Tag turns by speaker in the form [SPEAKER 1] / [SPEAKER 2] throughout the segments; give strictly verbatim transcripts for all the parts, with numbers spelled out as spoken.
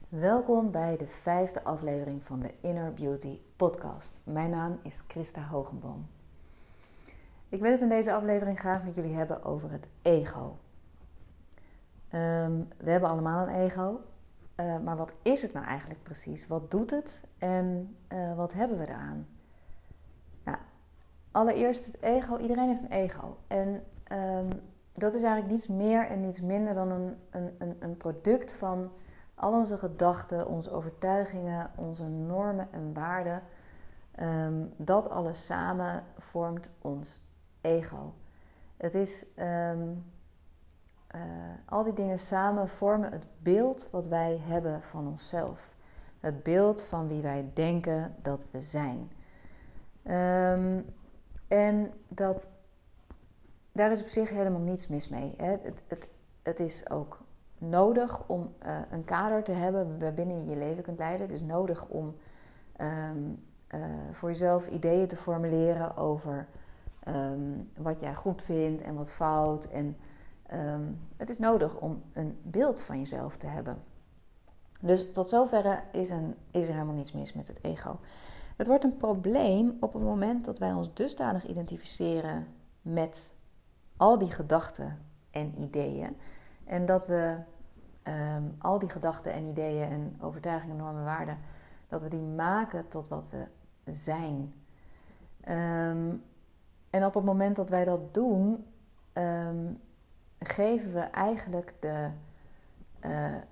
[SPEAKER 1] Welkom bij de vijfde aflevering van de Inner Beauty podcast. Mijn naam is Christa Hogenboom. Ik wil het in deze aflevering graag met jullie hebben over het ego. Um, we hebben allemaal een ego, uh, maar wat is het nou eigenlijk precies? Wat doet het en uh, wat hebben we eraan? Nou, allereerst het ego. Iedereen heeft een ego. En um, dat is eigenlijk niets meer en niets minder dan een, een, een, een product van al onze gedachten, onze overtuigingen, onze normen en waarden. Um, dat alles samen vormt ons ego. Het is, um, uh, al die dingen samen vormen het beeld wat wij hebben van onszelf. Het beeld van wie wij denken dat we zijn. Um, en dat, daar is op zich helemaal niets mis mee. Hè. Het, het, het is ook nodig om uh, een kader te hebben waarbinnen je je leven kunt leiden. Het is nodig om um, uh, voor jezelf ideeën te formuleren over um, wat jij goed vindt en wat fout. En um, het is nodig om een beeld van jezelf te hebben. Dus tot zoverre is, een, is er helemaal niets mis met het ego. Het wordt een probleem op het moment dat wij ons dusdanig identificeren met al die gedachten en ideeën. En dat we um, al die gedachten en ideeën en overtuigingen, normen, waarden, dat we die maken tot wat we zijn. Um, en op het moment dat wij dat doen, um, geven we eigenlijk de, uh, uh,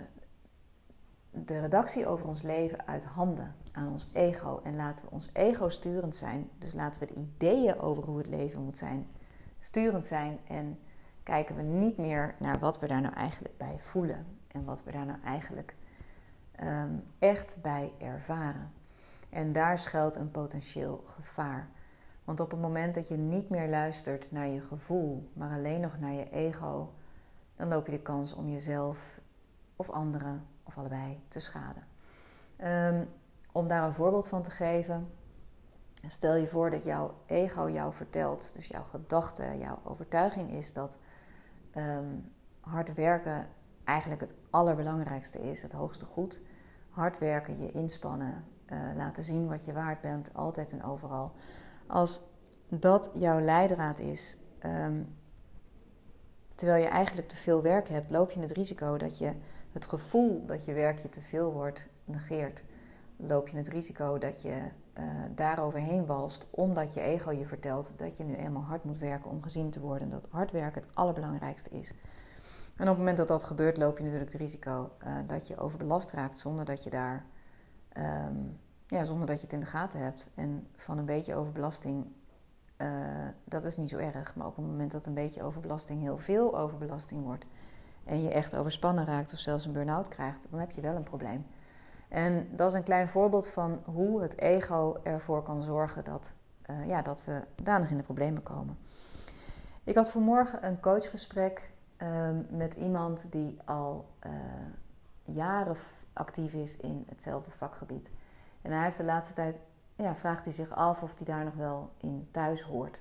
[SPEAKER 1] de redactie over ons leven uit handen aan ons ego. En laten we ons ego sturend zijn. Dus laten we de ideeën over hoe het leven moet zijn sturend zijn en kijken we niet meer naar wat we daar nou eigenlijk bij voelen. En wat we daar nou eigenlijk um, echt bij ervaren. En daar schuilt een potentieel gevaar. Want op het moment dat je niet meer luistert naar je gevoel, maar alleen nog naar je ego, dan loop je de kans om jezelf of anderen of allebei te schaden. Um, om daar een voorbeeld van te geven. Stel je voor dat jouw ego jou vertelt, dus jouw gedachte, jouw overtuiging is dat um, hard werken eigenlijk het allerbelangrijkste is, het hoogste goed. Hard werken, je inspannen, uh, laten zien wat je waard bent, altijd en overal. Als dat jouw leidraad is, um, terwijl je eigenlijk te veel werk hebt, loop je het risico dat je het gevoel dat je werk je te veel wordt negeert. Loop je het risico dat je uh, daaroverheen walst, omdat je ego je vertelt dat je nu eenmaal hard moet werken om gezien te worden. Dat hard werken het allerbelangrijkste is. En op het moment dat dat gebeurt, loop je natuurlijk het risico uh, dat je overbelast raakt zonder dat je daar, um, ja, zonder dat je het in de gaten hebt. En van een beetje overbelasting, uh, dat is niet zo erg. Maar op het moment dat een beetje overbelasting heel veel overbelasting wordt en je echt overspannen raakt of zelfs een burn-out krijgt, dan heb je wel een probleem. En dat is een klein voorbeeld van hoe het ego ervoor kan zorgen dat, uh, ja, dat we danig in de problemen komen. Ik had vanmorgen een coachgesprek um, met iemand die al uh, jaren actief is in hetzelfde vakgebied. En hij heeft de laatste tijd, ja, vraagt hij zich af of hij daar nog wel in thuis hoort.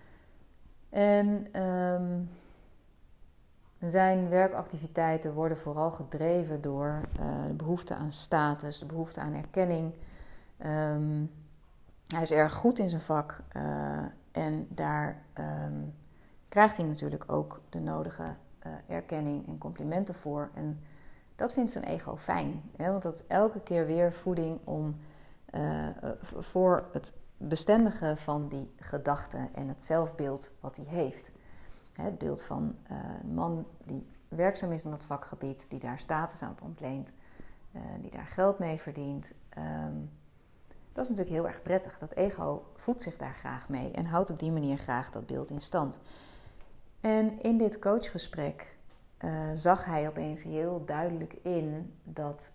[SPEAKER 1] En um, zijn werkactiviteiten worden vooral gedreven door uh, de behoefte aan status, de behoefte aan erkenning. Um, hij is erg goed in zijn vak uh, en daar um, krijgt hij natuurlijk ook de nodige uh, erkenning en complimenten voor. En dat vindt zijn ego fijn, hè? Want dat is elke keer weer voeding om, uh, voor het bestendigen van die gedachten en het zelfbeeld wat hij heeft. Het beeld van uh, een man die werkzaam is in dat vakgebied, die daar status aan het ontleent, uh, die daar geld mee verdient. Um, dat is natuurlijk heel erg prettig. Dat ego voedt zich daar graag mee en houdt op die manier graag dat beeld in stand. En in dit coachgesprek uh, zag hij opeens heel duidelijk in dat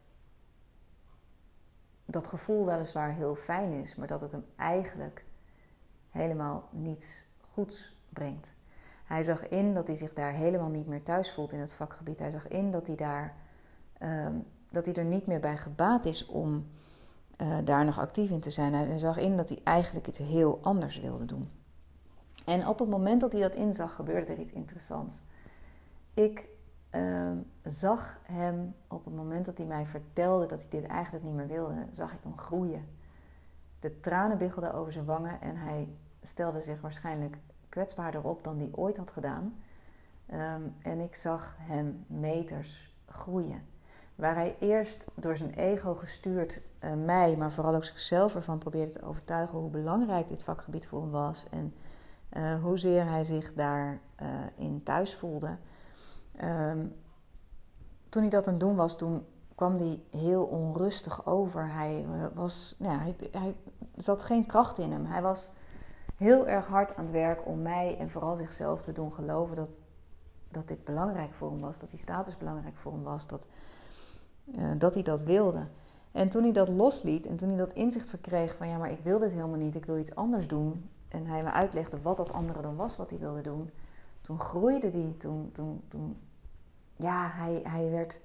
[SPEAKER 1] dat gevoel weliswaar heel fijn is, maar dat het hem eigenlijk helemaal niets goeds brengt. Hij zag in dat hij zich daar helemaal niet meer thuis voelt in het vakgebied. Hij zag in dat hij, daar, um, dat hij er niet meer bij gebaat is om uh, daar nog actief in te zijn. Hij zag in dat hij eigenlijk iets heel anders wilde doen. En op het moment dat hij dat inzag, gebeurde er iets interessants. Ik uh, zag hem op het moment dat hij mij vertelde dat hij dit eigenlijk niet meer wilde, zag ik hem groeien. De tranen biggelden over zijn wangen en hij stelde zich waarschijnlijk kwetsbaarder op dan hij ooit had gedaan. Um, en ik zag hem meters groeien. Waar hij eerst door zijn ego gestuurd uh, mij, maar vooral ook zichzelf ervan probeerde te overtuigen hoe belangrijk dit vakgebied voor hem was. En uh, hoezeer hij zich daarin uh, thuis voelde. Um, toen hij dat aan het doen was, toen kwam hij heel onrustig over. Hij, uh, was, nou ja, hij, hij zat geen kracht in hem. Hij was heel erg hard aan het werk om mij en vooral zichzelf te doen geloven dat, dat dit belangrijk voor hem was. Dat die status belangrijk voor hem was. Dat, uh, dat hij dat wilde. En toen hij dat losliet en toen hij dat inzicht verkreeg van ja, maar ik wil dit helemaal niet. Ik wil iets anders doen. En hij me uitlegde wat dat andere dan was wat hij wilde doen. Toen groeide hij. Toen, toen, toen, ja, hij, hij werd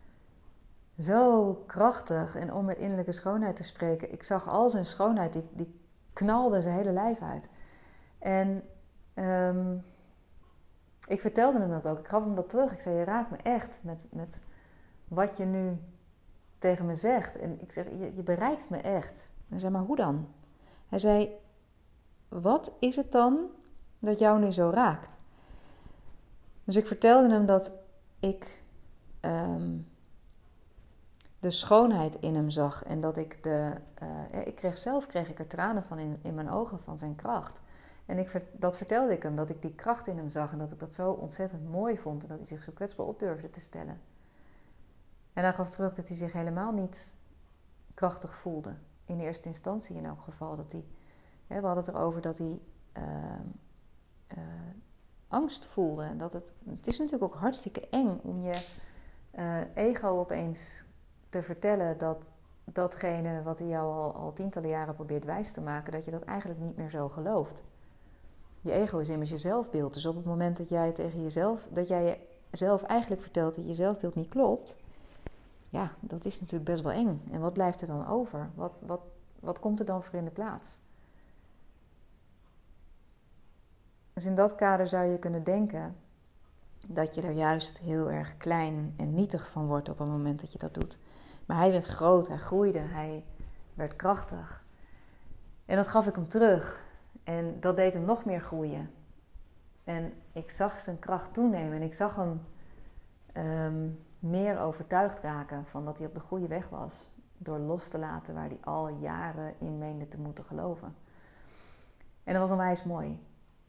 [SPEAKER 1] zo krachtig. En om met innerlijke schoonheid te spreken. Ik zag al zijn schoonheid. Die, die knalde zijn hele lijf uit. En um, ik vertelde hem dat ook. Ik gaf hem dat terug. Ik zei, je raakt me echt met, met wat je nu tegen me zegt. En ik zeg, je, je bereikt me echt. En hij zei, maar hoe dan? Hij zei, wat is het dan dat jou nu zo raakt? Dus ik vertelde hem dat ik um, de schoonheid in hem zag. En dat ik de... Uh, ik kreeg zelf kreeg ik er tranen van in, in mijn ogen van zijn kracht. En ik, dat vertelde ik hem, dat ik die kracht in hem zag. En dat ik dat zo ontzettend mooi vond. En dat hij zich zo kwetsbaar op durfde te stellen. En hij gaf terug dat hij zich helemaal niet krachtig voelde. In eerste instantie in elk geval. Dat hij, hè, we hadden het erover dat hij uh, uh, angst voelde. En dat het, het is natuurlijk ook hartstikke eng om je uh, ego opeens te vertellen dat datgene wat hij jou al, al tientallen jaren probeert wijs te maken, dat je dat eigenlijk niet meer zo gelooft. Je ego is immers je zelfbeeld. Dus op het moment dat jij tegen jezelf, dat jij jezelf eigenlijk vertelt dat je zelfbeeld niet klopt, ja, dat is natuurlijk best wel eng. En wat blijft er dan over? Wat, wat, wat komt er dan voor in de plaats? Dus in dat kader zou je kunnen denken dat je er juist heel erg klein en nietig van wordt op het moment dat je dat doet. Maar hij werd groot, hij groeide, hij werd krachtig. En dat gaf ik hem terug. En dat deed hem nog meer groeien. En ik zag zijn kracht toenemen en ik zag hem um, meer overtuigd raken van dat hij op de goede weg was. Door los te laten waar hij al jaren in meende te moeten geloven. En dat was onwijs mooi.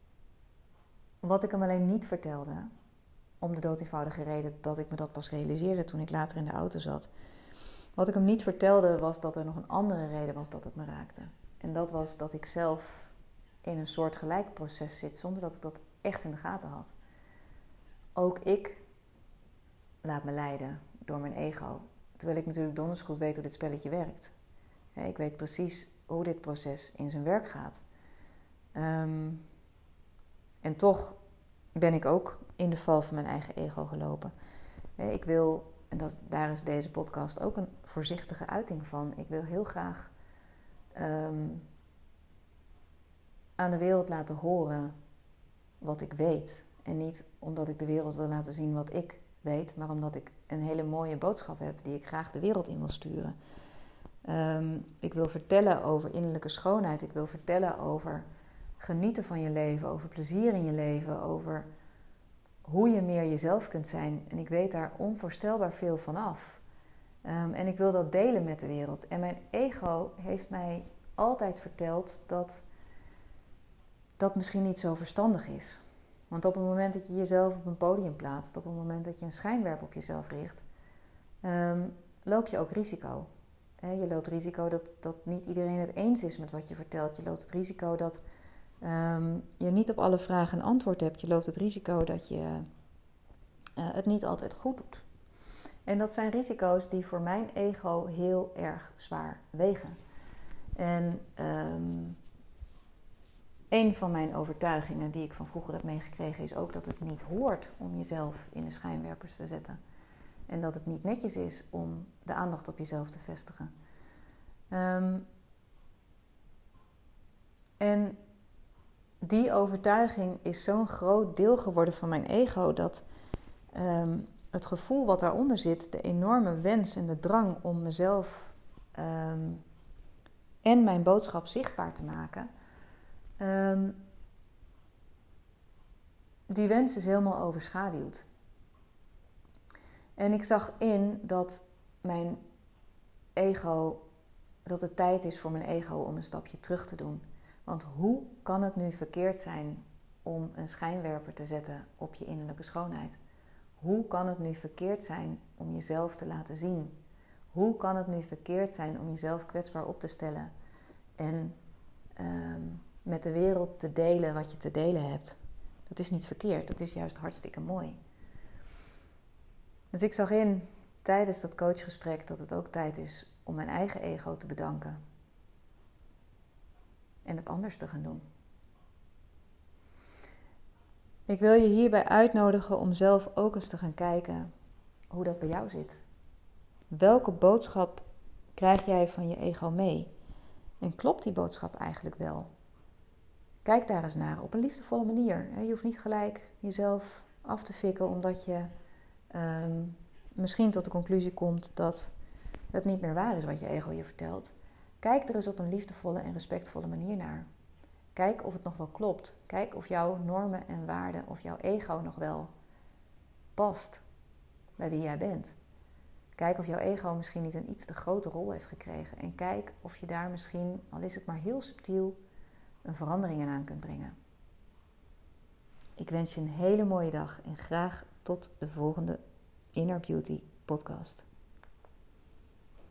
[SPEAKER 1] Wat ik hem alleen niet vertelde, om de dood eenvoudige reden dat ik me dat pas realiseerde toen ik later in de auto zat. Wat ik hem niet vertelde was dat er nog een andere reden was dat het me raakte. En dat was dat ik zelf in een soort gelijk proces zit zonder dat ik dat echt in de gaten had. Ook ik laat me leiden door mijn ego. Terwijl ik natuurlijk donders goed weet hoe dit spelletje werkt. Ik weet precies hoe dit proces in zijn werk gaat. Um, en toch ben ik ook in de val van mijn eigen ego gelopen. Ik wil, en dat, daar is deze podcast ook een voorzichtige uiting van. Ik wil heel graag um, aan de wereld laten horen wat ik weet. En niet omdat ik de wereld wil laten zien wat ik weet, maar omdat ik een hele mooie boodschap heb die ik graag de wereld in wil sturen. Um, ik wil vertellen over innerlijke schoonheid. Ik wil vertellen over genieten van je leven, over plezier in je leven, over hoe je meer jezelf kunt zijn. En ik weet daar onvoorstelbaar veel van af. Um, en ik wil dat delen met de wereld. En mijn ego heeft mij altijd verteld dat dat misschien niet zo verstandig is. Want op het moment dat je jezelf op een podium plaatst, op het moment dat je een schijnwerper op jezelf richt, um, loop je ook risico. He, je loopt risico dat, dat niet iedereen het eens is met wat je vertelt. Je loopt het risico dat um, je niet op alle vragen een antwoord hebt. Je loopt het risico dat je uh, het niet altijd goed doet. En dat zijn risico's die voor mijn ego heel erg zwaar wegen. En um, een van mijn overtuigingen die ik van vroeger heb meegekregen is ook dat het niet hoort om jezelf in de schijnwerpers te zetten. En dat het niet netjes is om de aandacht op jezelf te vestigen. Um, en die overtuiging is zo'n groot deel geworden van mijn ego dat um, het gevoel wat daaronder zit, de enorme wens en de drang om mezelf um, en mijn boodschap zichtbaar te maken, um, die wens is helemaal overschaduwd. En ik zag in dat mijn ego, dat het tijd is voor mijn ego om een stapje terug te doen. Want hoe kan het nu verkeerd zijn om een schijnwerper te zetten op je innerlijke schoonheid? Hoe kan het nu verkeerd zijn om jezelf te laten zien? Hoe kan het nu verkeerd zijn om jezelf kwetsbaar op te stellen en um, met de wereld te delen wat je te delen hebt? Dat is niet verkeerd, dat is juist hartstikke mooi. Dus ik zag in tijdens dat coachgesprek dat het ook tijd is om mijn eigen ego te bedanken. En het anders te gaan doen. Ik wil je hierbij uitnodigen om zelf ook eens te gaan kijken hoe dat bij jou zit. Welke boodschap krijg jij van je ego mee? En klopt die boodschap eigenlijk wel? Kijk daar eens naar op een liefdevolle manier. Je hoeft niet gelijk jezelf af te fikken omdat je um, misschien tot de conclusie komt dat het niet meer waar is wat je ego je vertelt. Kijk er eens op een liefdevolle en respectvolle manier naar. Kijk of het nog wel klopt. Kijk of jouw normen en waarden, of jouw ego nog wel past bij wie jij bent. Kijk of jouw ego misschien niet een iets te grote rol heeft gekregen. En kijk of je daar misschien, al is het maar heel subtiel, een verandering in aan kunt brengen. Ik wens je een hele mooie dag en graag tot de volgende Inner Beauty podcast.